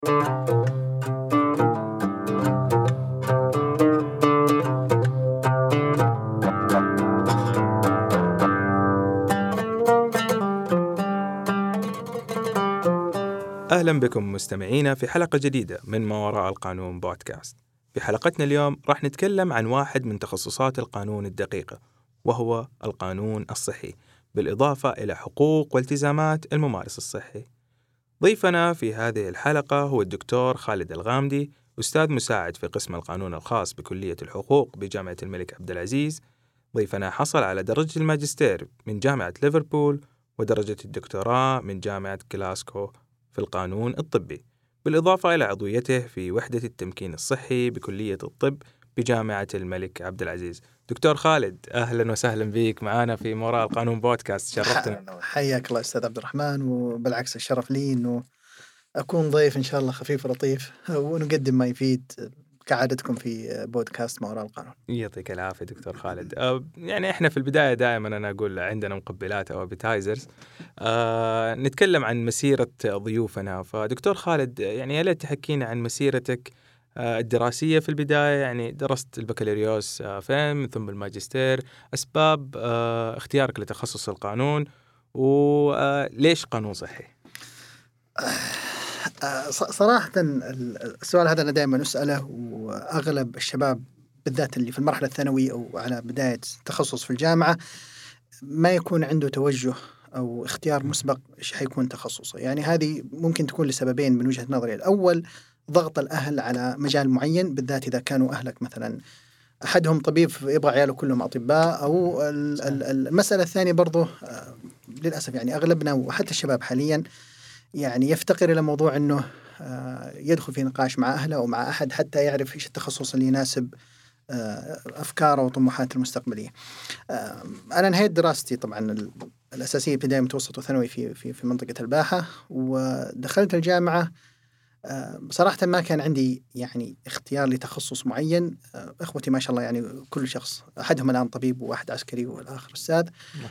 أهلا بكم مستمعينا في حلقة جديدة من ما وراء القانون بودكاست. في حلقتنا اليوم راح نتكلم عن واحد من تخصصات القانون الدقيقة، وهو القانون الصحي، بالإضافة إلى حقوق والتزامات الممارس الصحي. ضيفنا في هذه الحلقة هو الدكتور خالد الغامدي، أستاذ مساعد في قسم القانون الخاص بكلية الحقوق بجامعة الملك عبد العزيز. ضيفنا حصل على درجة الماجستير من جامعة ليفربول ودرجة الدكتوراه من جامعة غلاسكو في القانون الطبي، بالإضافة إلى عضويته في وحدة التمكين الصحي بكلية الطب بجامعة الملك عبد العزيز. دكتور خالد، أهلا وسهلا بك معنا في ما وراء القانون بودكاست، شرفتنا. حياك الله أستاذ عبد الرحمن، وبالعكس الشرف لي إنه أكون ضيف إن شاء الله خفيف ولطيف ونقدم ما يفيد كعادتكم في بودكاست ما وراء القانون. يعطيك العافية دكتور خالد. يعني إحنا في البداية دائما أنا أقول عندنا مقبلات أو أبيتايزرز، نتكلم عن مسيرة ضيوفنا. فدكتور خالد، يعني يا ليت تحكينا عن مسيرتك الدراسية في البداية. يعني درست البكالوريوس فين، ثم الماجستير، أسباب اختيارك لتخصص القانون، وليش قانون صحي؟ صراحة السؤال هذا أنا دائما أسأله، وأغلب الشباب بالذات اللي في المرحلة الثانوية أو على بداية تخصص في الجامعة ما يكون عنده توجه أو اختيار مسبق إيش حيكون تخصصه. يعني هذه ممكن تكون لسببين من وجهة نظري. الأول ضغط الأهل على مجال معين، بالذات إذا كانوا أهلك مثلا أحدهم طبيب يبغى عياله كلهم أطباء، أو المسألة الثانية برضو للأسف يعني أغلبنا وحتى الشباب حاليا يعني يفتقر إلى موضوع أنه يدخل في نقاش مع أهله أو مع أحد حتى يعرف إيش التخصص اللي يناسب أفكاره وطموحاته المستقبلية. أنا نهيت دراستي طبعا الأساسية ابتدائي متوسط وثانوي في منطقة الباحة، ودخلت الجامعة. بصراحة ما كان عندي يعني اختيار لتخصص معين. إخوتي ما شاء الله يعني كل شخص، أحدهم الآن طبيب وواحد عسكري والآخر أستاذ.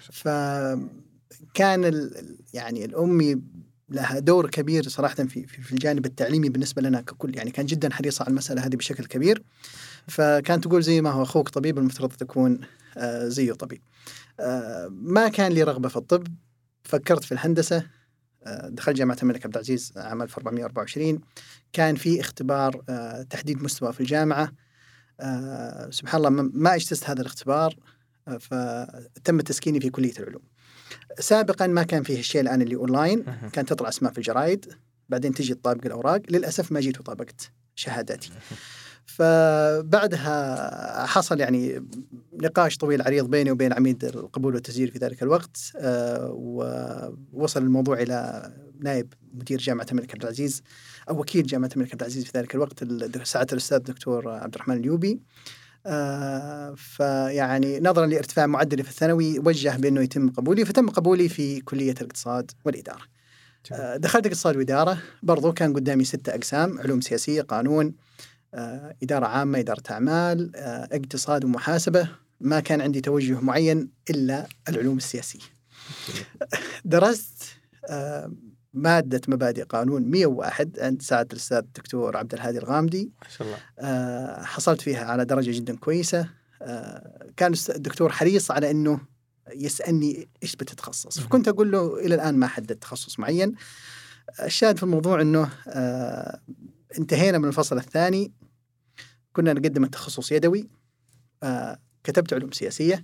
فكان يعني الأمي لها دور كبير صراحة في الجانب التعليمي بالنسبة لنا ككل، يعني كان جدا حريصة على المسألة هذه بشكل كبير. فكانت تقول زي ما هو أخوك طبيب المفترض تكون زيه طبيب. ما كان لي رغبة في الطب، فكرت في الهندسة. دخلت جامعة الملك عبد العزيز عام 1424. كان في اختبار تحديد مستوى في الجامعة. سبحان الله ما اجتزت هذا الاختبار، فتم تسكيني في كلية العلوم. سابقا ما كان فيه الشيء الآن اللي أونلاين، كانت تطلع اسماء في الجرايد بعدين تجي تطابق الأوراق. للأسف ما جيت وطابقت شهاداتي. فبعدها حصل يعني نقاش طويل عريض بيني وبين عميد القبول والتسجيل في ذلك الوقت، ووصل الموضوع إلى نائب مدير جامعة الملك عبد العزيز أو وكيل جامعة الملك عبد العزيز في ذلك الوقت، سعادة الأستاذ دكتور عبد الرحمن اليوبي. فيعني نظرا لارتفاع معدلي في الثانوي وجه بأنه يتم قبولي، فتم قبولي في كلية الاقتصاد والإدارة. دخلت اقتصاد وإدارة، برضو كان قدامي 6 أقسام: علوم سياسية، قانون، إدارة عامة، إدارة أعمال، اقتصاد ومحاسبة. ما كان عندي توجه معين إلا العلوم السياسية. درست مادة مبادئ قانون 101 عند سعادة الأستاذ الدكتور عبد الهادي الغامدي، ما شاء الله. حصلت فيها على درجة جدا كويسة. كان الدكتور حريص على أنه يسألني إيش بتتخصص، فكنت أقول له إلى الآن ما حددت تخصص معين. الشاهد في الموضوع أنه انتهينا من الفصل الثاني، كنا نقدم التخصص يدوي. كتبت علوم سياسية.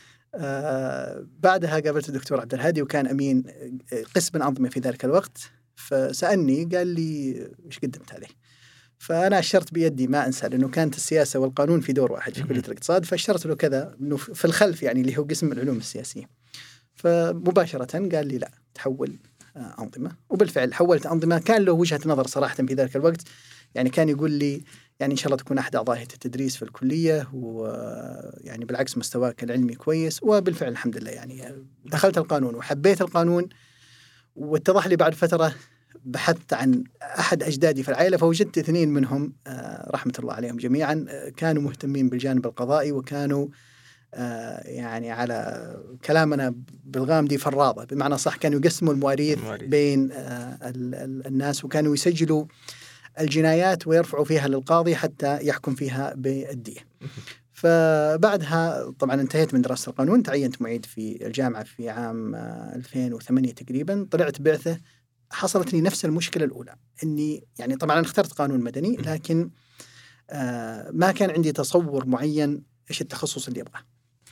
بعدها قابلت الدكتور عبد الهادي وكان أمين قسم الأنظمة في ذلك الوقت، فسألني قال لي إيش قدمت عليه. فأنا أشرت بيدي ما أنسى، لأنه كانت السياسة والقانون في دور واحد في كلية الاقتصاد، فأشرت له كذا إنه في الخلف يعني اللي هو قسم العلوم السياسية. فمباشرة قال لي لا، تحول أنظمة. وبالفعل حولت أنظمة. كان له وجهة نظر صراحة في ذلك الوقت، يعني كان يقول لي يعني إن شاء الله تكون أحد أعضاء هيئة التدريس في الكلية، ويعني بالعكس مستواك العلمي كويس. وبالفعل الحمد لله يعني دخلت القانون وحبيت القانون. واتضح لي بعد فترة بحثت عن أحد أجدادي في العائلة، فوجدت 2 منهم رحمة الله عليهم جميعا كانوا مهتمين بالجانب القضائي، وكانوا يعني على كلامنا بالغامدي فراضة، بمعنى صح كانوا يقسموا المواريث بين الناس، وكانوا يسجلوا الجنايات ويرفعوا فيها للقاضي حتى يحكم فيها بالدية. فبعدها طبعا انتهيت من دراسة القانون، تعينت معيد في الجامعة في عام 2008 تقريبا. طلعت بعثة، حصلت لي نفس المشكلة الأولى، أني يعني طبعا أنا اخترت قانون مدني لكن ما كان عندي تصور معين إيش التخصص اللي أبغاه.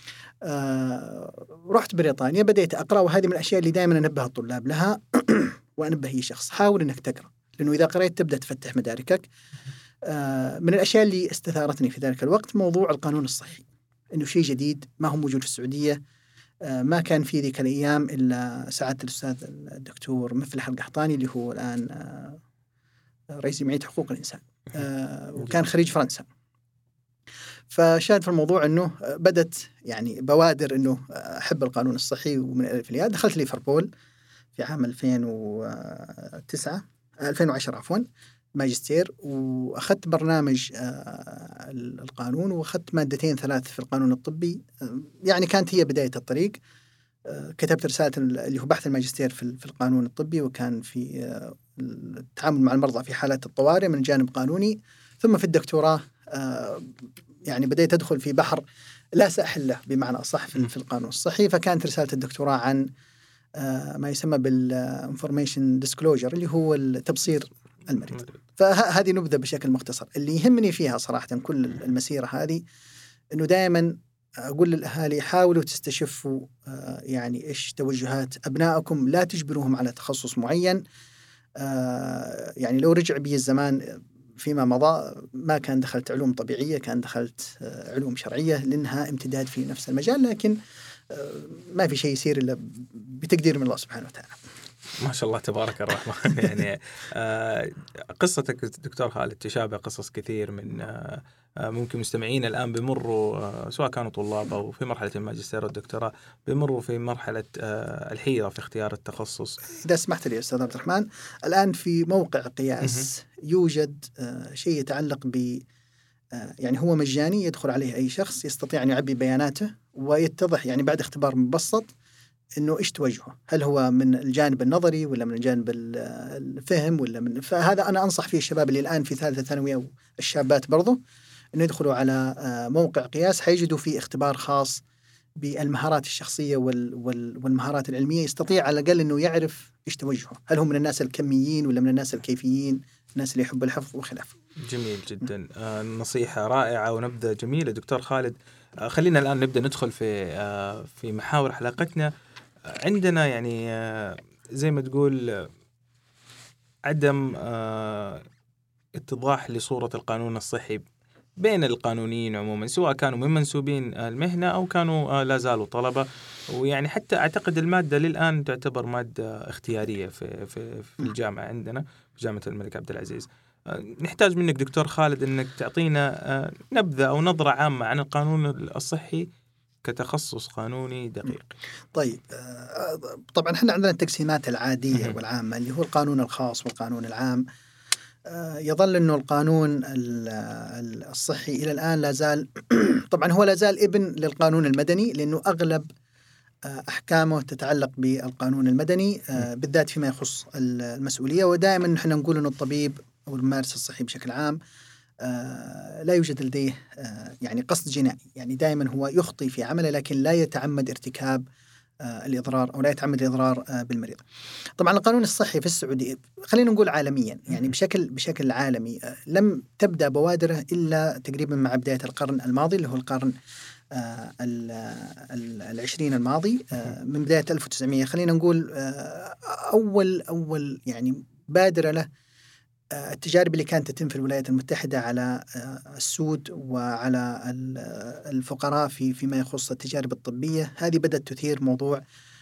رحت بريطانيا، بديت أقرأ، وهذه من الأشياء اللي دائما أنبه الطلاب لها وأنبه أي شخص: حاول أنك تقرأ، لأنه إذا قرأت تبدأ تفتح مداركك. من الأشياء اللي استثارتني في ذلك الوقت موضوع القانون الصحي، إنه شيء جديد ما هو موجود في السعودية. ما كان في ذيك الأيام إلا سعادة الأستاذ الدكتور مفلح القحطاني اللي هو الآن رئيس جمعية حقوق الإنسان، وكان خريج فرنسا. فشاهد في الموضوع أنه بدت يعني بوادر أنه أحب القانون الصحي، ومن الألف للياء دخلت ليفربول في عام 2010 عفوا ماجستير، وأخذت برنامج القانون، وأخذت 2 3 في القانون الطبي. يعني كانت هي بداية الطريق. كتبت رسالة اللي هو بحث الماجستير في القانون الطبي، وكان في التعامل مع المرضى في حالات الطوارئ من جانب قانوني. ثم في الدكتوراه يعني بديت أدخل في بحر لا ساحل له بمعنى أصح في القانون الصحي. فكانت رسالة الدكتوراه عن ما يسمى بالinformation disclosure اللي هو التبصير المريض. فهذه نبذة بشكل مختصر. اللي يهمني فيها صراحة كل المسيرة هذه أنه دائما أقول للأهالي: حاولوا تستشفوا يعني إيش توجهات أبنائكم، لا تجبروهم على تخصص معين. يعني لو رجع بي الزمان فيما مضى ما كان دخلت علوم طبيعية، كان دخلت علوم شرعية لأنها امتداد في نفس المجال، لكن ما في شيء يصير إلا بتقدير من الله سبحانه وتعالى. ما شاء الله تبارك الرحمن. يعني قصتك دكتور خالد تشابه قصص كثير من ممكن مستمعين الآن بمروا، سواء كانوا طلاب أو في مرحلة الماجستير والدكتوراه، بمروا في مرحلة الحيرة في اختيار التخصص. إذا سمحت لي أستاذ عبد الرحمن، الآن في موقع قياس يوجد شيء يتعلق ب يعني هو مجاني، يدخل عليه أي شخص يستطيع أن يعبي بياناته ويتضح يعني بعد اختبار مبسط إنه إيش توجهه، هل هو من الجانب النظري ولا من الجانب الفهم ولا من. فهذا أنا أنصح فيه الشباب اللي الآن في ثالثة ثانوي أو الشابات برضو إنه يدخلوا على موقع قياس، حيجدوا فيه اختبار خاص بالمهارات الشخصية والمهارات العلمية، يستطيع على الأقل إنه يعرف إيش توجهه، هل هو من الناس الكميين ولا من الناس الكيفيين، الناس اللي يحب الحفظ وخلافه. جميل جدا. نصيحة رائعة ونبذة جميلة دكتور خالد. خلينا الآن نبدأ ندخل في محاور حلقتنا. عندنا يعني زي ما تقول عدم اتضاح لصورة القانون الصحي بين القانونيين عموما، سواء كانوا من منسوبين المهنة أو كانوا لا زالوا طلبة. ويعني حتى أعتقد المادة للآن تعتبر مادة اختيارية في الجامعة عندنا في جامعة الملك عبد العزيز. نحتاج منك دكتور خالد أنك تعطينا نبذة أو نظرة عامة عن القانون الصحي كتخصص قانوني دقيق. طيب، طبعا احنا عندنا التقسيمات العادية والعامة اللي هو القانون الخاص والقانون العام. يظل أنه القانون الصحي إلى الآن لا زال طبعا هو لا زال ابن للقانون المدني، لأنه أغلب أحكامه تتعلق بالقانون المدني بالذات فيما يخص المسؤولية. ودائما نحن نقول أنه الطبيب أو الممارس الصحي بشكل عام لا يوجد لديه يعني قصد جنائي، يعني دائما هو يخطي في عمله لكن لا يتعمد ارتكاب الإضرار أو لا يتعمد الإضرار بالمريض. طبعا القانون الصحي في السعودية خلينا نقول عالميا يعني بشكل عالمي لم تبدأ بوادره إلا تقريبا مع بداية القرن الماضي اللي هو القرن العشرين الماضي، من بداية 1900 خلينا نقول أول يعني بادرة له التجارب اللي كانت تتم في الولايات المتحدة على السود وعلى الفقراء فيما يخص التجارب الطبية. هذه بدأت تثير موضوع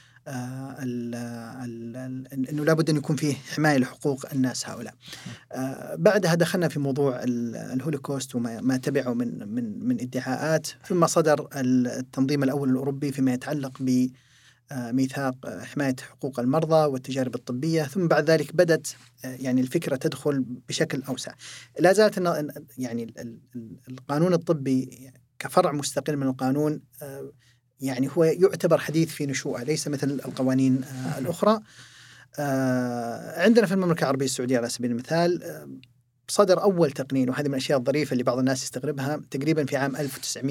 أنه لابد أن يكون فيه حماية لحقوق الناس هؤلاء. بعدها دخلنا في موضوع الهولوكوست وما تبعه من ادعاءات، ثم صدر التنظيم الأول الأوروبي فيما يتعلق بميثاق حماية حقوق المرضى والتجارب الطبية. ثم بعد ذلك بدأت يعني الفكرة تدخل بشكل أوسع. لا زالت يعني القانون الطبي كفرع مستقل من القانون يعني هو يعتبر حديث في نشوءه، ليس مثل القوانين الأخرى. عندنا في المملكة العربية السعودية على سبيل المثال صدر أول تقنين، وهذه من الأشياء الظريفة اللي بعض الناس يستغربها، تقريبا في عام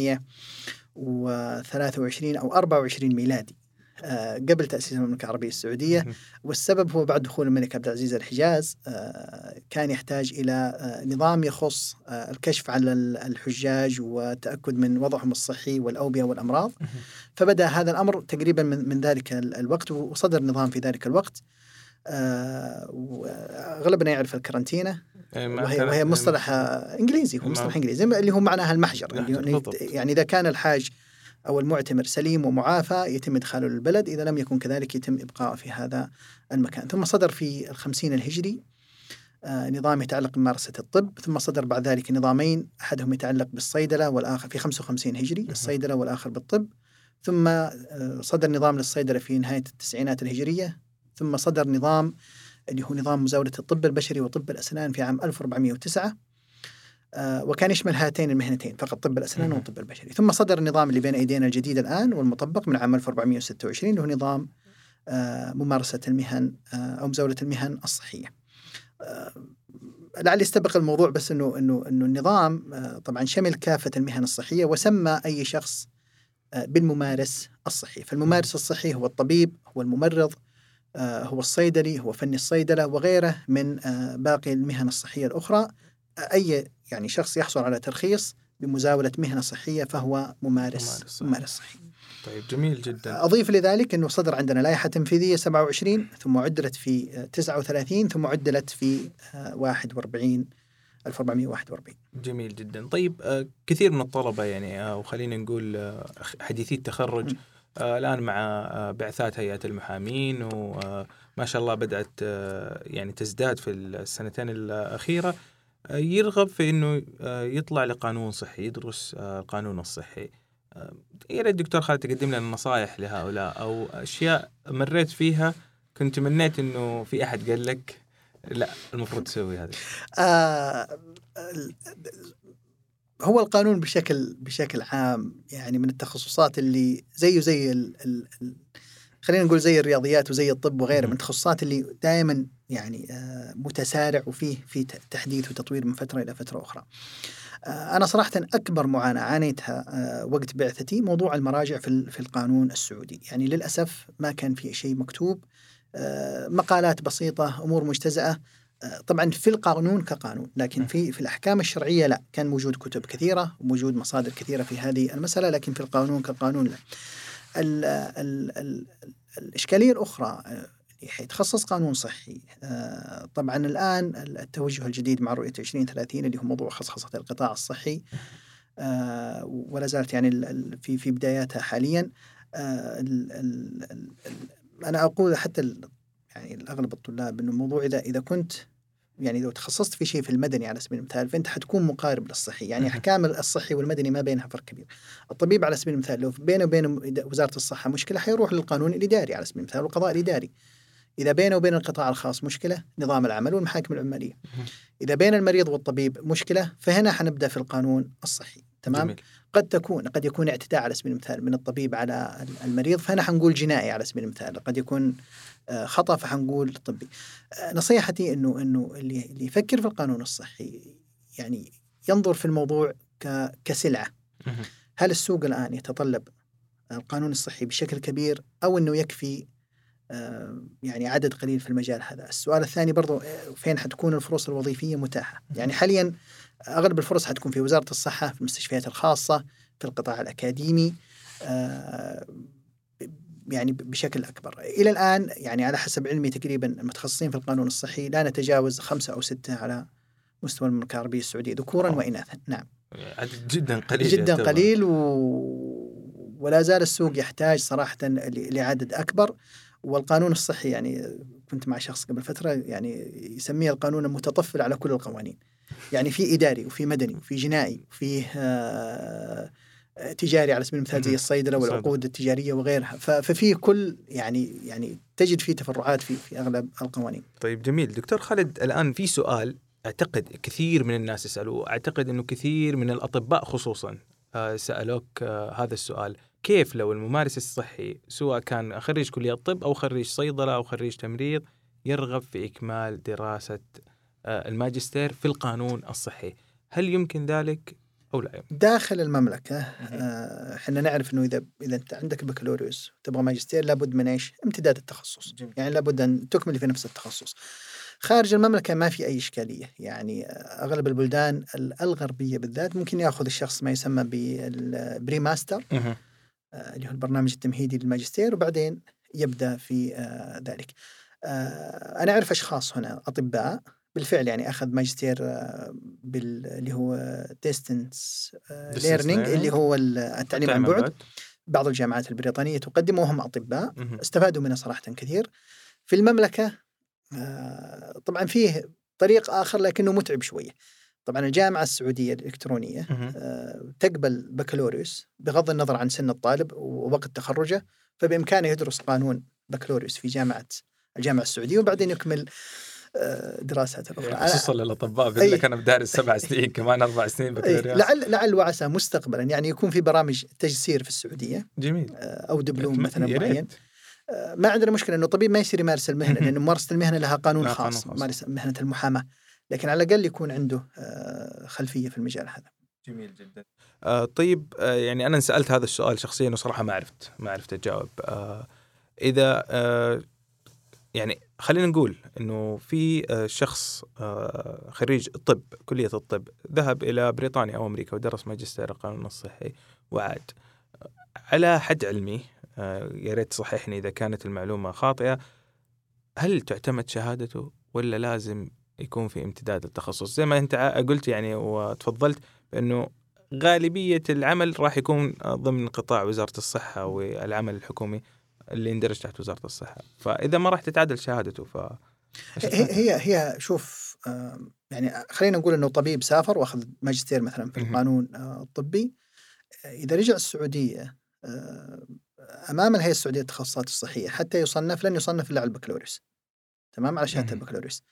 1923 أو 24 ميلادي، قبل تأسيس المملكة العربية السعودية. والسبب هو بعد دخول الملك عبد العزيز الحجاز كان يحتاج إلى نظام يخص الكشف على الحجاج والتأكد من وضعهم الصحي والأوبئة والأمراض. فبدأ هذا الأمر تقريبا من ذلك الوقت، وصدر نظام في ذلك الوقت. وأغلبنا يعرف الكرنتينة، وهي مصطلح إنجليزي، هو مصطلح إنجليزي اللي هو معناها المحجر. يعني إذا كان الحاج أو المعتمر سليم ومعافى يتم إدخاله للبلد، إذا لم يكن كذلك يتم إبقاءه في هذا المكان. ثم صدر في 50 الهجري نظام يتعلق بممارسة الطب، ثم صدر بعد ذلك نظامين، أحدهم يتعلق بالصيدلة والآخر في 55 هجري الصيدلة والآخر بالطب. ثم صدر نظام للصيدلة في نهاية التسعينات الهجرية. ثم صدر نظام اللي هو نظام مزاولة الطب البشري وطب الأسنان في عام 1409، وكان يشمل هاتين المهنتين فقط، طب الأسنان والطب البشري. ثم صدر النظام اللي بين أيدينا الجديد الآن والمطبق من عام 1426 اللي هو نظام ممارسة المهن أو مزاولة المهن الصحية. لعل يستبق الموضوع بس إنه النظام طبعا شمل كافة المهن الصحية، وسمى أي شخص بالممارس الصحي. فالممارس الصحي هو الطبيب، هو الممرض، هو الصيدلي، هو فني الصيدلة، وغيره من باقي المهن الصحية الأخرى. أي يعني شخص يحصل على ترخيص بمزاولة مهنة صحية فهو ممارس صحي. طيب جميل جدا. أضيف لذلك أنه صدر عندنا لائحة تنفيذية 27، ثم عدلت في 39، ثم عدلت في 1441. جميل جدا. طيب كثير من الطلبة يعني وخلينا نقول حديثي التخرج الآن مع بعثات هيئة المحامين، وما شاء الله بدأت يعني تزداد في السنتين الأخيرة، يرغب في إنه يطلع لقانون صحي، يدرس القانون الصحي. يا ريت دكتور خالد تقدم لنا نصائح لهؤلاء أو أشياء مريت فيها كنت تمنيت إنه في أحد قال لك لا المفروض تسوي هذا. هو القانون بشكل عام يعني من التخصصات اللي زي خلينا نقول زي الرياضيات وزي الطب وغيره، من التخصصات اللي دائما يعني متسارع وفيه في تحديث وتطوير من فترة إلى فترة أخرى. أنا صراحة أكبر معاناة عانيتها وقت بعثتي موضوع المراجع في القانون السعودي. يعني للأسف ما كان في شيء مكتوب، مقالات بسيطة، أمور مجتزأة طبعا في القانون كقانون، لكن في الأحكام الشرعية لا، كان موجود كتب كثيرة وموجود مصادر كثيرة في هذه المسألة، لكن في القانون كقانون لا. الإشكالية الأخرى يتخصص قانون صحي. طبعا الآن التوجه الجديد مع رؤية 2030 اللي هو موضوع خصخصة القطاع الصحي، ولا زالت يعني في بداياتها حاليا. أنا أقول حتى يعني الأغلب الطلاب إنه الموضوع إذا كنت يعني لو تخصصت في شيء في المدني على سبيل المثال فأنت حتكون مقارب للصحي. يعني أحكام الصحي والمدني ما بينها فرق كبير. الطبيب على سبيل المثال لو بينه وبين وزارة الصحة مشكلة حيروح للقانون الإداري على سبيل المثال والقضاء الإداري. إذا بينه وبين القطاع الخاص مشكلة، نظام العمل والمحاكم العمالية. إذا بين المريض والطبيب مشكلة، فهنا حنبدأ في القانون الصحي. تمام. جميل. قد يكون اعتداء على سبيل المثال من الطبيب على المريض، فهنا حنقول جنائي على سبيل المثال. قد يكون خطأ فحنقول طبي. نصيحتي إنه اللي يفكر في القانون الصحي يعني ينظر في الموضوع كسلعة. هل السوق الآن يتطلب القانون الصحي بشكل كبير أو إنه يكفي يعني عدد قليل في المجال هذا؟ السؤال الثاني برضو فين حتكون الفرص الوظيفية متاحة؟ يعني حاليا أغلب الفرص حتكون في وزارة الصحة، في المستشفيات الخاصة، في القطاع الأكاديمي يعني بشكل أكبر. إلى الآن يعني على حسب علمي تقريبا المتخصصين في القانون الصحي لا نتجاوز 5 أو 6 على مستوى المملكة العربية السعودية ذكورا وإناثا. نعم، عدد جدا قليل جدا قليل، ولا زال السوق يحتاج صراحة لعدد أكبر. والقانون الصحي يعني كنت مع شخص قبل فترة يعني يسميه القانون المتطفل على كل القوانين. يعني في إداري وفي مدني وفي جنائي وفي تجاري على سبيل المثال زي الصيدلة والعقود التجارية وغيرها. ففي كل يعني تجد فيه تفرعات في أغلب القوانين. طيب جميل دكتور خالد، الآن في سؤال أعتقد كثير من الناس يسألوه، أعتقد أنه كثير من الأطباء خصوصا سألوك هذا السؤال: كيف لو الممارس الصحي سواء كان خريج كلية طب أو خريج صيدلة أو خريج تمريض يرغب في إكمال دراسة الماجستير في القانون الصحي، هل يمكن ذلك أو لا؟ داخل المملكة احنا نعرف انه اذا انت عندك بكالوريوس تبغى ماجستير لابد من ايش؟ امتداد التخصص. يعني لابد ان تكمل في نفس التخصص. خارج المملكة ما في اي اشكالية، يعني اغلب البلدان الغربية بالذات ممكن ياخذ الشخص ما يسمى بالبري ماستر اللي هو البرنامج التمهيدي للماجستير، وبعدين يبدأ في ذلك. أنا أعرف أشخاص هنا أطباء بالفعل يعني أخذ ماجستير اللي هو ديستنس ليرنينج اللي هو التعليم عن بعد. بعض الجامعات البريطانية تقدم وهم أطباء استفادوا منه صراحة كثير. في المملكة طبعا فيه طريق آخر لكنه متعب شوية. طبعا الجامعة السعودية الإلكترونية تقبل بكالوريوس بغض النظر عن سن الطالب ووقت تخرجه، فبإمكانه يدرس قانون بكالوريوس في الجامعة السعودية وبعدين يكمل دراسات الأخرى. خصوصا للأطباء بيقول لك أنا بدارس 7 سنين كمان 4 سنين بكالوريوس. لعل وعسى مستقبلا يعني يكون في برامج تجسير في السعودية. جميل. أو دبلوم مثلا معين. ما عندنا مشكلة إنه طبيب ما يصير يمارس المهنة لأن ممارسة المهنة لها قانون خاص. مهنة المحاماة، لكن على الأقل يكون عنده خلفية في المجال هذا. جميل جدا. طيب يعني أنا سألت هذا السؤال شخصيا وصراحة ما عرفت أجاوب. إذا يعني خلينا نقول إنه في شخص خريج الطب كلية الطب ذهب إلى بريطانيا أو أمريكا ودرس ماجستير القانون الصحي وعاد، على حد علمي يا ريت تصححني إذا كانت المعلومة خاطئة، هل تعتمد شهادته ولا لازم يكون في امتداد التخصص؟ زي ما أنت قلت يعني وتفضلت بأنه غالبية العمل راح يكون ضمن قطاع وزارة الصحة والعمل الحكومي اللي يندرج تحت وزارة الصحة، فإذا ما راح تتعادل شهادته هي شوف يعني خلينا نقول إنه طبيب سافر وأخذ ماجستير مثلا في القانون الطبي، إذا رجع السعودية أمام الهيئة السعودية للتخصصات الصحية حتى يصنف لن يصنف إلا على البكالوريوس، تمام، على شهادة البكالوريوس.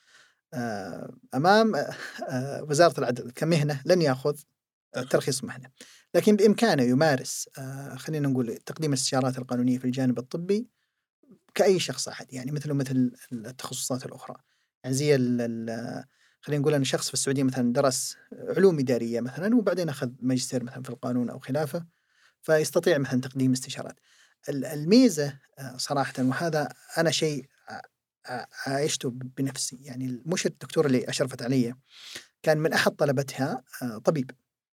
أمام وزارة العدل كمهنة لن يأخذ ترخيص مهنة، لكن بإمكانه يمارس خلينا نقول تقديم الاستشارات القانونية في الجانب الطبي كأي شخص أحد، يعني مثل التخصصات الأخرى. يعني زي خلينا نقول أن شخص في السعودية مثلا درس علوم إدارية مثلا وبعدين أخذ ماجستير مثلا في القانون أو خلافه، فيستطيع مثلا تقديم استشارات. الميزة صراحة، وهذا أنا شيء عايشته بنفسي، يعني المشرف الدكتور اللي أشرفت علي كان من أحد طلبتها طبيب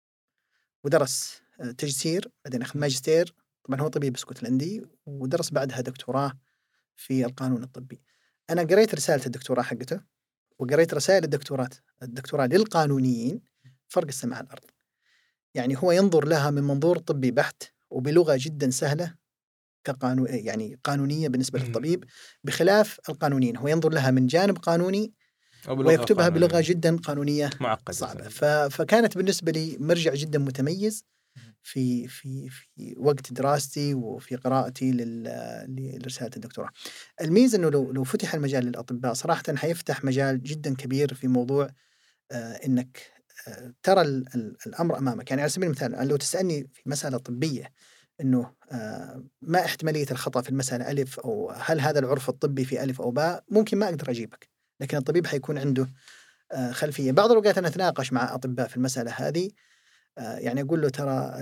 ودرس تجسير بعدين أخذ ماجستير، طبعا هو طبيب اسكتلندي، ودرس بعدها دكتوراه في القانون الطبي. أنا قريت رسالة الدكتوراه حقته وقريت رسائل الدكتوراه للقانونيين، فرق السماء على الأرض. يعني هو ينظر لها من منظور طبي بحت وبلغة جدا سهلة كقانون، يعني قانونية بالنسبة للطبيب، بخلاف القانونيين هو ينظر لها من جانب قانوني ويكتبها بلغة جدا قانونية معقدة صعبة. فكانت بالنسبة لي مرجع جدا متميز في وقت دراستي وفي قراءتي لرسالة الدكتوراه. الميزة أنه لو فتح المجال للأطباء صراحة حيفتح مجال جدا كبير في موضوع أنك ترى الأمر أمامك. يعني على سبيل المثال لو تسألني في مسألة طبية أنه ما احتمالية الخطأ في المسألة ألف، أو هل هذا العرف الطبي في ألف أو باء، ممكن ما أقدر أجيبك، لكن الطبيب حيكون عنده خلفية. بعض الأوقات أنا أتناقش مع أطباء في المسألة هذه، يعني أقول له ترى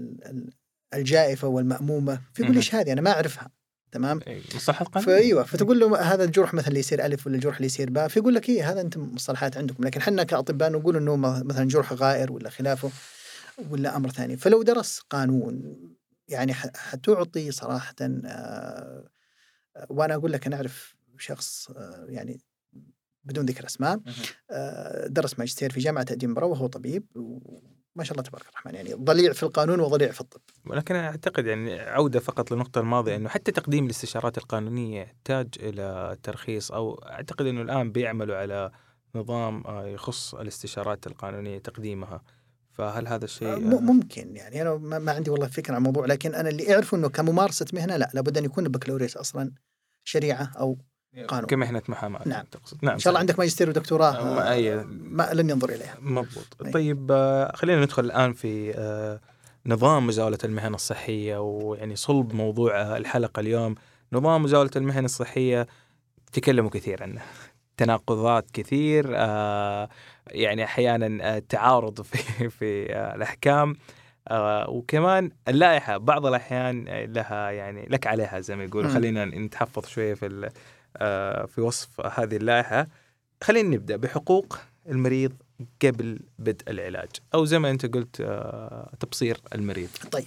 الجائفة والمأمومة، فيقول ليش هذه أنا ما أعرفها، تمام، مصطلحات قانونية. فأيوة، فتقول له هذا الجرح مثلا اللي يصير ألف ولا الجرح اللي يصير باء، فيقول لك إيه هذا أنتم مصطلحات عندكم، لكن حنا كأطباء نقول إنه مثلا جرح غائر ولا خلافه ولا أمر ثاني. فلو درس قانون يعني حتعطي صراحة وأنا أقول لك أنا أعرف شخص يعني بدون ذكر أسماء درس ماجستير في جامعة إدنبرا وهو طبيب، وما شاء الله تبارك الرحمن، يعني ضليع في القانون وضليع في الطب. ولكن أنا أعتقد يعني عودة فقط للنقطة الماضية أنه حتى تقديم الاستشارات القانونية يحتاج إلى ترخيص، أو أعتقد أنه الآن بيعملوا على نظام يخص الاستشارات القانونية تقديمها، فهل هذا الشيء ممكن؟ يعني أنا ما عندي والله فكرة عن الموضوع، لكن أنا اللي أعرفه أنه كممارسة مهنة لا، لابد أن يكون البكالوريوس أصلا شريعة أو قانون كمهنة محاماة. نعم. نعم إن شاء الله عندك ماجستير ودكتوراه ما لن ينظر إليها. مضبوط. طيب خلينا ندخل الآن في نظام مزاولة المهن الصحية، ويعني صلب موضوع الحلقة اليوم نظام مزاولة المهن الصحية. تكلموا كثير عنه، تناقضات كثير، يعني أحيانا تعارض في الأحكام، وكمان اللائحة بعض الأحيان لها يعني لك عليها زي ما يقول. خلينا نتحفظ شوية في وصف هذه اللائحة. خلينا نبدأ بحقوق المريض قبل بدء العلاج، أو زي ما أنت قلت تبصير المريض. طيب،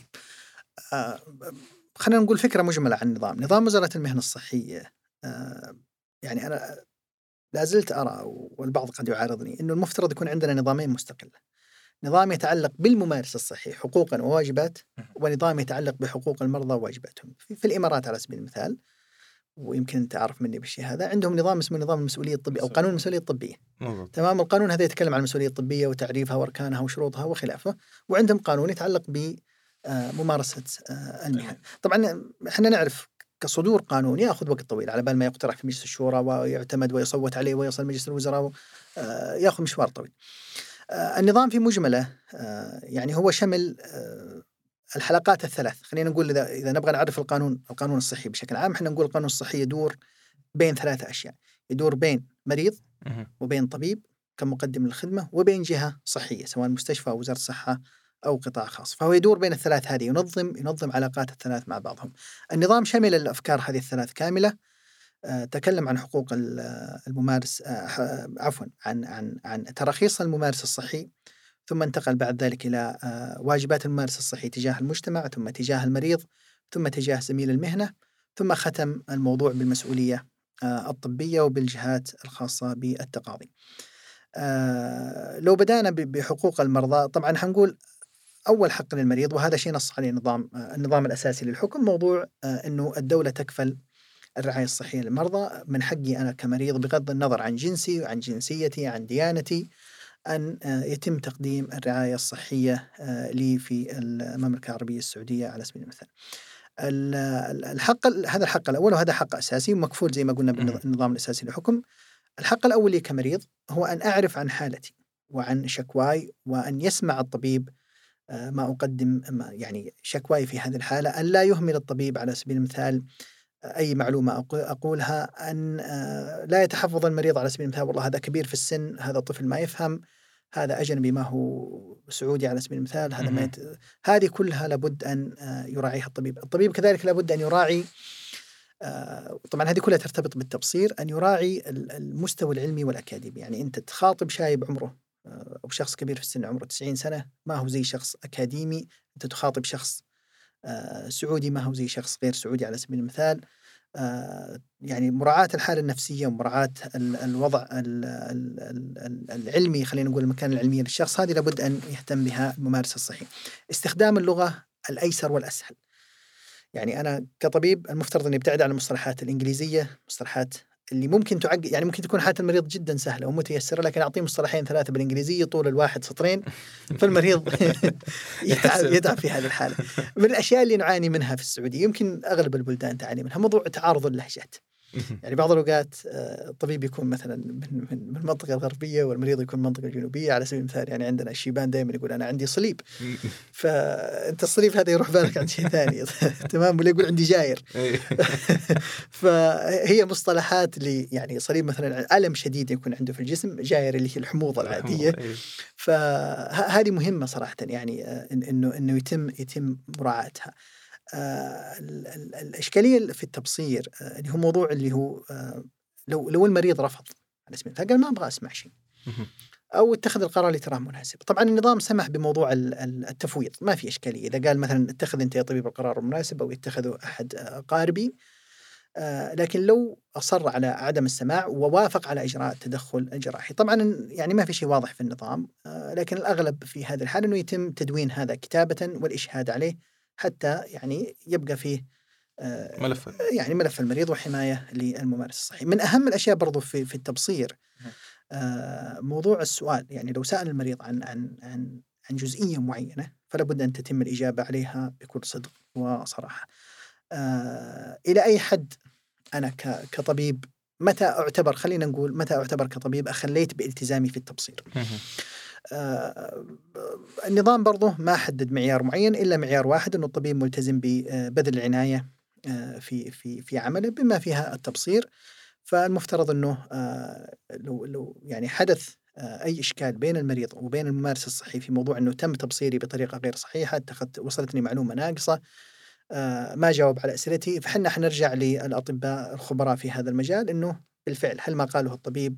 خلينا نقول فكرة مجملة عن نظام وزارة المهنة الصحية. يعني أنا لازلت أرى، والبعض قد يعارضني، أنه المفترض يكون عندنا نظامين مستقلة: نظام يتعلق بالممارس الصحي حقوقا وواجبات، ونظام يتعلق بحقوق المرضى وواجباتهم. في الإمارات على سبيل المثال، ويمكن تعرف مني بالشيء هذا، عندهم نظام اسمه نظام المسؤولية الطبية أو قانون المسؤولية الطبية. تمام. القانون هذا يتكلم عن المسؤولية الطبية وتعريفها وأركانها وشروطها وخلافه، وعندهم قانون يتعلق بممارسة المهن. طبعا احنا نعرف كصدور قانون يأخذ وقت طويل على بال ما يقترح في مجلس الشورى ويعتمد ويصوت عليه ويصل مجلس الوزراء، يأخذ مشوار طويل. النظام في مجمله يعني هو شمل الحلقات الثلاث. خلينا نقول إذا نبغى نعرف القانون الصحي بشكل عام، احنا نقول القانون الصحي يدور بين ثلاثة أشياء: يدور بين مريض، وبين طبيب كمقدم للخدمة، وبين جهة صحية سواء مستشفى أو وزارة الصحة أو قطاع خاص. فهو يدور بين الثلاث هذه، ينظم علاقات الثلاث مع بعضهم. النظام شمل الأفكار هذه الثلاث كاملة. تكلم عن حقوق الممارس، عن تراخيص الممارس الصحي، ثم انتقل بعد ذلك إلى واجبات الممارس الصحي تجاه المجتمع، ثم تجاه المريض، ثم تجاه زميل المهنة، ثم ختم الموضوع بالمسؤولية الطبية وبالجهات الخاصة بالتقاضي. لو بدأنا بحقوق المرضى، طبعا حنقول أول حق للمريض، وهذا شيء نص عليه النظام الأساسي للحكم، موضوع أنه الدولة تكفل الرعاية الصحية للمرضى. من حقي أنا كمريض بغض النظر عن جنسي وعن جنسيتي عن ديانتي أن يتم تقديم الرعاية الصحية لي في المملكة العربية السعودية على سبيل المثال. هذا الحق الأول، وهذا حق أساسي ومكفول زي ما قلنا بالنظام الأساسي للحكم. الحق الأول لي كمريض هو أن أعرف عن حالتي وعن شكواي، وأن يسمع الطبيب ما أقدم، يعني شكواي في هذه الحالة، أن لا يهمل الطبيب على سبيل المثال أي معلومة أقولها، أن لا يتحفظ المريض على سبيل المثال والله هذا كبير في السن، هذا طفل ما يفهم، هذا أجنبي ما هو سعودي على سبيل المثال، هذا ما هذه كلها لابد أن يراعيها الطبيب كذلك لابد أن يراعي، طبعا هذه كلها ترتبط بالتبصير، أن يراعي المستوى العلمي والأكاديمي. يعني أنت تخاطب شايب عمره أو شخص كبير في السن عمره 90 سنة ما هو زي شخص أكاديمي، أنت تخاطب شخص سعودي ما هو زي شخص غير سعودي على سبيل المثال. يعني مراعاة الحالة النفسية ومراعاة الوضع العلمي، خلينا نقول المكان العلمي للشخص، هذه لابد أن يهتم بها الممارس الصحي. استخدام اللغة الأيسر والأسهل. يعني أنا كطبيب المفترض أن يبتعد عن المصطلحات الإنجليزية، مصطلحات اللي ممكن تعقد، يعني ممكن تكون حالة المريض جدا سهلة ومتيسرة، لكن أعطيه مصطلحين ثلاثة بالإنجليزية طول الواحد سطرين، فالمريض يتعب في هذه الحالة. من الأشياء اللي نعاني منها في السعودية، يمكن أغلب البلدان تعاني منها، موضوع تعارض اللهجات. يعني بعض الأوقات الطبيب يكون مثلا من المنطقة الغربية والمريض يكون من المنطقة الجنوبية على سبيل المثال. يعني عندنا الشيبان دائما يقول أنا عندي صليب، فأنت الصليب هذا يروح بالك عن شيء ثاني تمام، ولا يقول عندي جاير. فهي مصطلحات اللي يعني صليب مثلا ألم شديد يكون عنده في الجسم، جاير اللي هي الحموضة العادية. فهذه مهمة صراحة، يعني إنه يتم مراعاتها. الإشكالية في التبصير اللي هو موضوع اللي هو لو المريض رفض على سبيل المثال، قال ما أبغى أسمع شيء، أو اتخذ القرار اللي تراه مناسب. طبعا النظام سمح بموضوع التفويض، ما في إشكالية إذا قال مثلا اتخذ أنت يا طبيب القرار المناسب أو يتخذه أحد أقاربي. لكن لو أصر على عدم السماع ووافق على إجراء التدخل الجراحي، طبعا يعني ما في شيء واضح في النظام، لكن الأغلب في هذه الحالة أنه يتم تدوين هذا كتابة والإشهاد عليه، حتى يعني يبقى فيه ملف المريض وحماية للممارس الصحي. من أهم الأشياء برضو في التبصير موضوع السؤال. يعني لو سأل المريض عن جزئية معينة، فلا بد أن تتم الإجابة عليها بكل صدق وصراحة. إلى أي حد أنا كطبيب خلينا نقول متى أعتبر كطبيب أخليت بالتزامي في التبصير؟ النظام برضه ما حدد معيار معين إلا معيار واحد، أنه الطبيب ملتزم ببذل العناية في عمله بما فيها التبصير. فالمفترض أنه لو يعني حدث أي إشكال بين المريض وبين الممارس الصحي في موضوع أنه تم تبصيري بطريقة غير صحيحة، وصلتني معلومة ناقصة، ما جاوب على أسئلتي، فحنا حنرجع للأطباء الخبراء في هذا المجال أنه بالفعل هل ما قاله الطبيب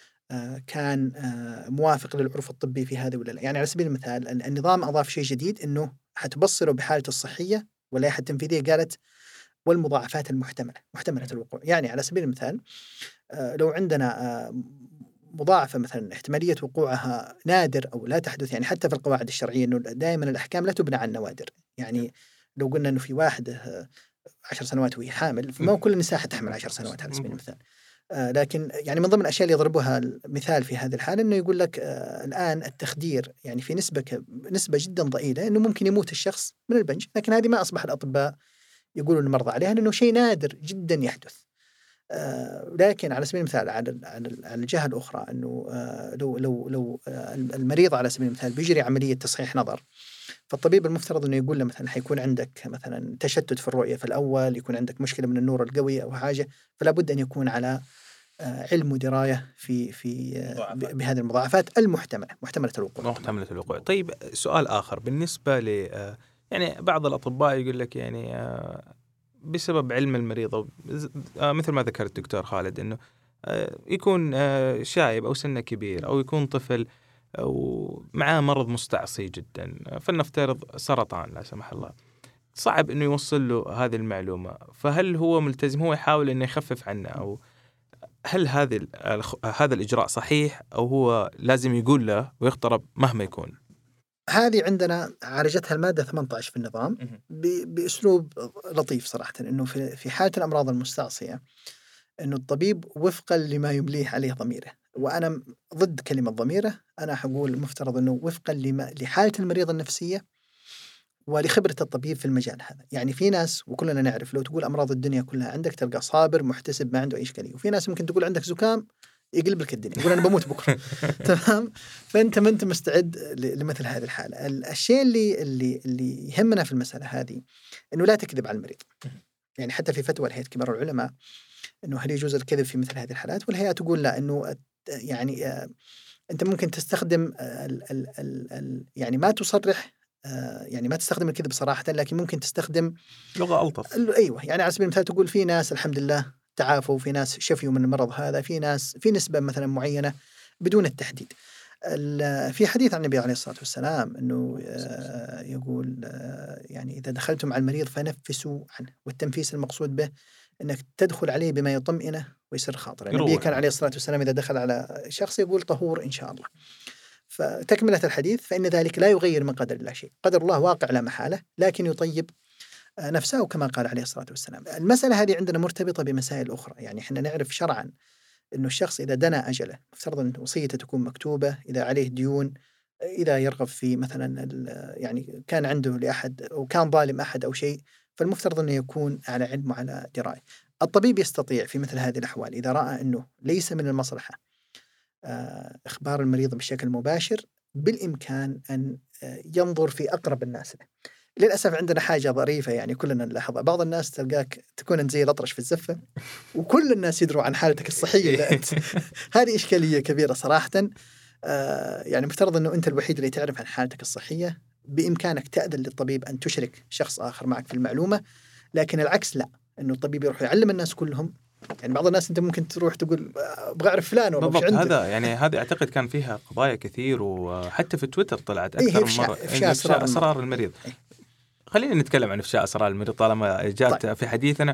كان موافق للعرف الطبي في هذا ولا لا. يعني على سبيل المثال النظام أضاف شيء جديد أنه حتبصروا بحالته الصحية، واللائحة التنفيذية قالت والمضاعفات محتملة الوقوع. يعني على سبيل المثال لو عندنا مضاعفة مثلا احتمالية وقوعها نادر أو لا تحدث، يعني حتى في القواعد الشرعية أنه دائما الأحكام لا تبنى على النوادر. يعني لو قلنا أنه في واحدة 10 سنوات وهي حامل، فما كل النساء حتحمل 10 سنوات على سبيل المثال. لكن يعني من ضمن الأشياء اللي يضربها المثال في هذه الحالة أنه يقول لك الآن التخدير يعني في نسبة جدا ضئيلة أنه ممكن يموت الشخص من البنج، لكن هذه ما أصبح الأطباء يقولوا للمرضى عليها لأنه شيء نادر جدا يحدث. لكن على سبيل المثال على الجهة الأخرى أنه لو المريض على سبيل المثال بيجري عملية تصحيح نظر، فالطبيب المفترض أنه يقول له مثلا حيكون عندك مثلا تشتت في الرؤية في الأول، يكون عندك مشكلة من النور القوي أو حاجة، فلا بد أن يكون على علم ودراية في بهذه المضاعفات محتملة الوقوع. طيب سؤال آخر بالنسبة ل يعني بعض الأطباء يقول لك يعني بسبب علم المريض مثل ما ذكر الدكتور خالد أنه يكون شايب أو سنه كبير أو يكون طفل أو معاه مرض مستعصي جدا، فلنفترض سرطان لا سمح الله، صعب أنه يوصل له هذه المعلومة، فهل هو ملتزم هو يحاول أنه يخفف عنه، أو هل هذا الإجراء صحيح أو هو لازم يقول له ويخترب مهما يكون؟ هذه عندنا عالجتها المادة 18 في النظام بأسلوب لطيف صراحة، إنه في حالة الأمراض المستعصية إنه الطبيب وفقا لما يمليه عليه ضميره، وأنا ضد كلمة ضميره، أنا حقول المفترض إنه وفقا لحالة المريض النفسية ولخبرة الطبيب في المجال هذا. يعني في ناس وكلنا نعرف لو تقول أمراض الدنيا كلها عندك تلقى صابر محتسب ما عنده أي إشكالية، وفي ناس ممكن تقول عندك زكام يقلب لك الدنيا يقول أنا بموت بكرة. تمام، فأنت ما أنت مستعد لمثل هذه الحالة. الشيء اللي يهمنا في المسألة هذه إنه لا تكذب على المريض. يعني حتى في فتوى الهيئة كبار العلماء إنه هل يجوز الكذب في مثل هذه الحالات، والهيئة تقول لا، إنه يعني أنت ممكن تستخدم يعني ما تصرح، يعني ما تستخدم الكذب صراحة، لكن ممكن تستخدم لغة ألطف. أيوة، يعني على سبيل المثال تقول في ناس الحمد لله تعافوا، في ناس شفيوا من المرض هذا، في ناس في نسبة مثلا معينة بدون التحديد. في حديث عن النبي عليه الصلاة والسلام أنه يقول يعني إذا دخلتم على المريض فنفسوا عنه، والتنفيس المقصود به أنك تدخل عليه بما يطمئنه ويسر خاطره. النبي كان عليه الصلاة والسلام إذا دخل على شخص يقول طهور إن شاء الله. فتكملة الحديث فإن ذلك لا يغير من قدر الله شيء، قدر الله واقع لا محالة، لكن يطيب نفسه كما قال عليه الصلاة والسلام. المسألة هذه عندنا مرتبطة بمسائل أخرى. يعني إحنا نعرف شرعا إنه الشخص إذا دنا أجله افترض أن وصيته تكون مكتوبة، إذا عليه ديون، إذا يرغب في مثلا يعني كان عنده لأحد أو كان ظالم أحد أو شيء، فالمفترض أنه يكون على علم وعلى دراية. الطبيب يستطيع في مثل هذه الأحوال إذا رأى أنه ليس من المصلحة إخبار المريض بشكل مباشر، بالإمكان أن ينظر في أقرب الناس له. للأسف عندنا حاجة ظريفة يعني كلنا نلاحظها، بعض الناس تلقاك تكون أنت زي الأطرش في الزفة وكل الناس يدروا عن حالتك الصحية اللي أنت. هذه إشكالية كبيرة صراحة. يعني مفترض أنه أنت الوحيد اللي تعرف عن حالتك الصحية، بإمكانك تأذن للطبيب أن تشرك شخص آخر معك في المعلومة، لكن العكس لا، أنه الطبيب يروح يعلم الناس كلهم. يعني بعض الناس أنت ممكن تروح تقول أبغى أعرف فلان بالضبط. هذا يعني هذه أعتقد كان فيها قضايا كثير، وحتى في تويتر طلعت أكثر من مرة إفشاء أسرار المريض. خلينا نتكلم عن إفشاء أسرار المريض طالما جاءت في حديثنا.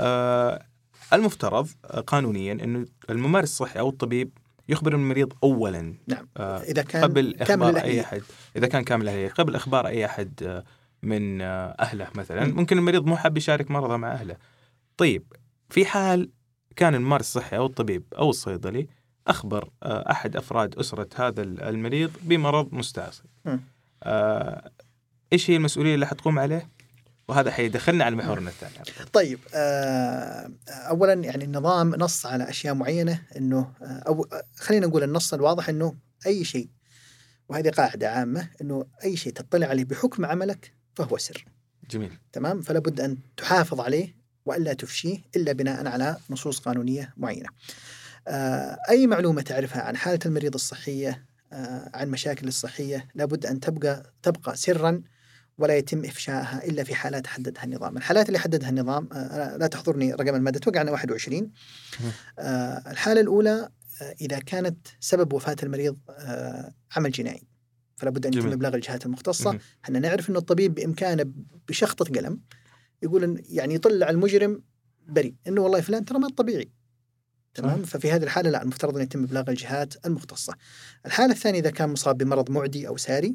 المفترض قانونيا أنه الممارس الصحي أو الطبيب يخبر المريض أولا. نعم. إذا كان قبل إخبار أي أحد، إذا كان كامل الأهلية، قبل إخبار أي أحد من أهله مثلا. ممكن المريض مو حاب يشارك مرضه مع أهله. طيب في حال كان الممارس الصحي أو الطبيب أو الصيدلي أخبر أحد أفراد أسرة هذا المريض بمرض مستعصي، إيش هي المسؤولية اللي حتقوم عليه؟ وهذا حيدخلنا على محورنا الثاني. طيب أولا يعني النظام نص على أشياء معينة، إنه أو خلينا نقول النص الواضح إنه أي شيء، وهذه قاعدة عامة، إنه أي شيء تطلع عليه بحكم عملك فهو سر. جميل. تمام، فلا بد أن تحافظ عليه وألا تفشيه إلا بناء على نصوص قانونية معينة. أي معلومة تعرفها عن حالة المريض الصحية، عن مشاكل الصحية، لابد أن تبقى سرا ولا يتم إفشائها إلا في حالات حددها النظام. الحالات اللي حددها النظام لا تحضرني رقم المادة، توقع أنه 21. الحالة الأولى إذا كانت سبب وفاة المريض عمل جنائي، فلا بد أن يتم إبلاغ الجهات المختصة. احنا نعرف أن الطبيب بإمكانه بشخطة قلم يقول إن يعني يطلع المجرم بريء، إنه والله فلان ترى ما طبيعي، تمام. ففي هذه الحالة لا، المفترض أن يتم إبلاغ الجهات المختصة. الحالة الثانية إذا كان مصاب بمرض معدي أو ساري،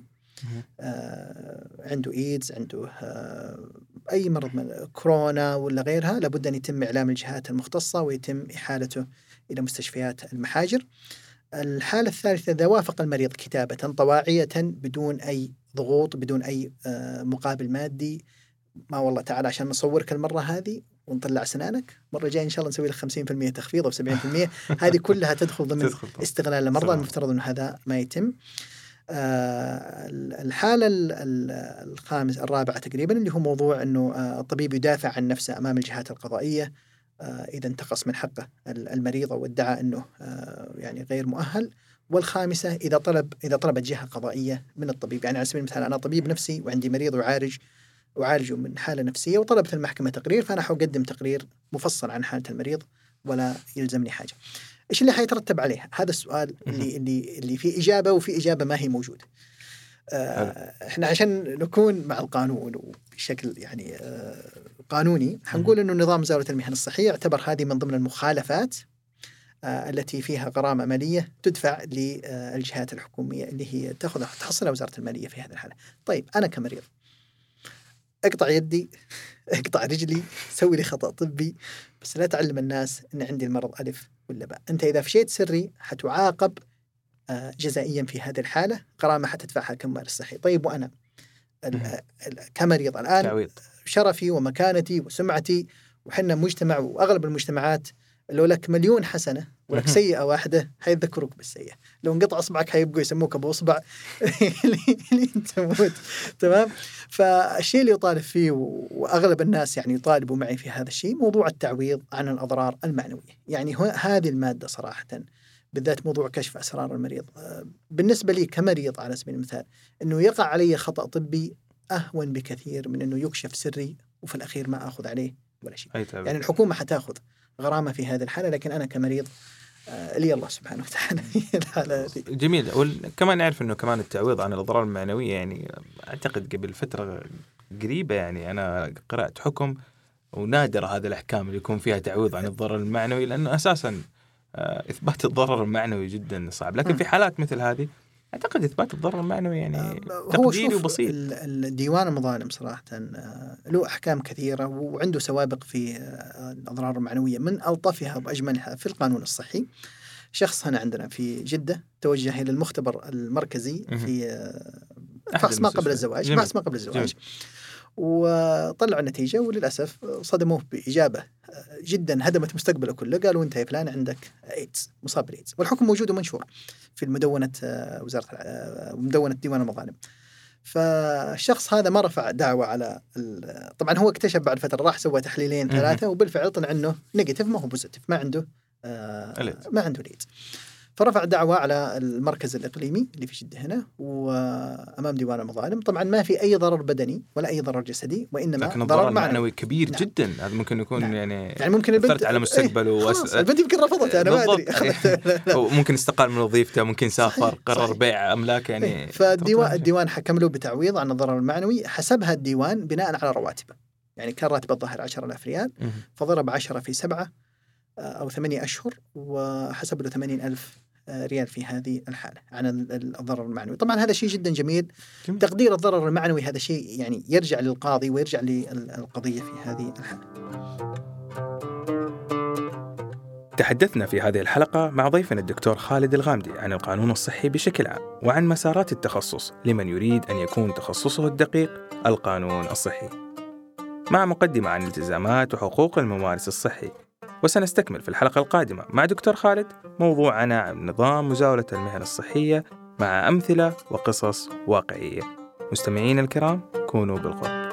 عنده إيدز، عنده أي مرض من كورونا ولا غيرها، لابد أن يتم إعلام الجهات المختصة ويتم إحالته إلى مستشفيات المحاجر. الحالة الثالثة إذا وافق المريض كتابة طواعية بدون أي ضغوط، بدون أي مقابل مادي، ما والله تعالى عشان نصورك المرة هذه ونطلع سنانك، مرة جاي إن شاء الله نسوي لك 50% تخفيض أو 70%، هذه كلها تدخل ضمن استغلال المرضى. المفترض أنه هذا ما يتم. الحالة الرابعة تقريبا اللي هو موضوع أنه الطبيب يدافع عن نفسه أمام الجهات القضائية إذا انتقص من حقه المريض أو ادعى أنه يعني غير مؤهل. والخامسة إذا طلبت جهة قضائية من الطبيب، يعني على سبيل المثال أنا طبيب نفسي وعندي مريض أعالجه من حالة نفسية وطلبت المحكمة تقرير، فأنا حقدم تقرير مفصل عن حالة المريض ولا يلزمني حاجة. إيش اللي حيترتب عليه؟ هذا السؤال اللي فيه إجابة وفي إجابة ما هي موجودة. إحنا عشان نكون مع القانون وبشكل يعني قانوني حنقول إنه نظام مزاولة المهن الصحية يعتبر هذه من ضمن المخالفات التي فيها غرامة مالية تدفع للجهات الحكومية اللي هي تحصلها وزارة المالية في هذه الحالة. طيب أنا كمريض اقطع يدي، اقطع رجلي، سوي لي خطأ طبي، بس لا تعلم الناس ان عندي المرض ألف ولا باء. انت اذا فشيت سري حتعاقب جزائيا في هذه الحالة، غرامة حتدفعها كممارس صحي. طيب وانا كمريض الان تعويض. شرفي ومكانتي وسمعتي، وحنا مجتمع واغلب المجتمعات لو لك مليون حسنة ولك سيئة واحدة حيذكروك بالسيئة، لو انقطع أصبعك حيبقوا يسموك أبو أصبع اللي انت موت، تمام. فالشيء اللي يطالب فيه وأغلب الناس يعني يطالبوا معي في هذا الشيء موضوع التعويض عن الأضرار المعنوية. يعني هذه المادة صراحة بالذات موضوع كشف أسرار المريض، بالنسبة لي كمريض على سبيل المثال إنه يقع علي خطأ طبي أهون بكثير من إنه يكشف سري وفي الأخير ما أخذ عليه ولا شيء. يعني الحكومة حتأخذ غرامة في هذه الحالة، لكن أنا كمريض لي الله سبحانه وتعالى في الحالة دي. جميل. وكمان نعرف أنه كمان التعويض عن الأضرار المعنوية، يعني أعتقد قبل فترة قريبة يعني أنا قرأت حكم، ونادر هذا الأحكام اللي يكون فيها تعويض عن الضرر المعنوي، لأنه أساسا إثبات الضرر المعنوي جدا صعب. لكن في حالات مثل هذه أعتقد إثبات الضرر المعنوي يعني تقديري وبسيط. الديوان المظالم صراحة له أحكام كثيرة وعنده سوابق في الأضرار المعنوية، من ألطفها وأجملها في القانون الصحي. شخص هنا عندنا في جدة توجه إلى المختبر المركزي في فحص ما قبل الزواج، وطلعوا النتيجة، وللأسف صدموه بإجابة جدا هدمت مستقبله كله. قالوا أنت يا فلان عندك إيدز، مصاب بالإيدز، والحكم موجود ومنشور في مدونة مدونة ديوان المظالم. فالشخص هذا ما رفع دعوة على طبعا هو اكتشف بعد فترة، راح سوى تحليلين ثلاثة وبالفعل طلع عنه نيجاتيف، ما هو بوزيتيف، ما عنده الإيدز. فرفع دعوة على المركز الإقليمي اللي في جدة هنا وأمام ديوان المظالم. طبعا ما في أي ضرر بدني ولا أي ضرر جسدي، وإنما لكن ضرر معنوي كبير. نعم. جدا. هذا ممكن يكون يعني ممكن أثرت على مستقبله. البنت يمكن رفضت، أنا ما أدري. ممكن استقال من وظيفته، ممكن سافر، قرر بيع أملاك يعني. فالديوان حكم له بتعويض عن الضرر المعنوي، حسبها الديوان بناء على رواتبه. يعني كان راتب الظاهر 10,000 ريال، فضرب 10 في 7 أو 8 أشهر، وحسب له 80,000 ريال في هذه الحالة عن الضرر المعنوي. طبعا هذا شيء جدا جميل. تقدير الضرر المعنوي هذا شيء يعني يرجع للقاضي ويرجع للقضية في هذه الحالة. تحدثنا في هذه الحلقة مع ضيفنا الدكتور خالد الغامدي عن القانون الصحي بشكل عام، وعن مسارات التخصص لمن يريد أن يكون تخصصه الدقيق القانون الصحي، مع مقدمة عن التزامات وحقوق الممارس الصحي. وسنستكمل في الحلقة القادمة مع دكتور خالد موضوعنا عن نظام مزاولة المهن الصحية مع أمثلة وقصص واقعية. مستمعين الكرام، كونوا بالقرب.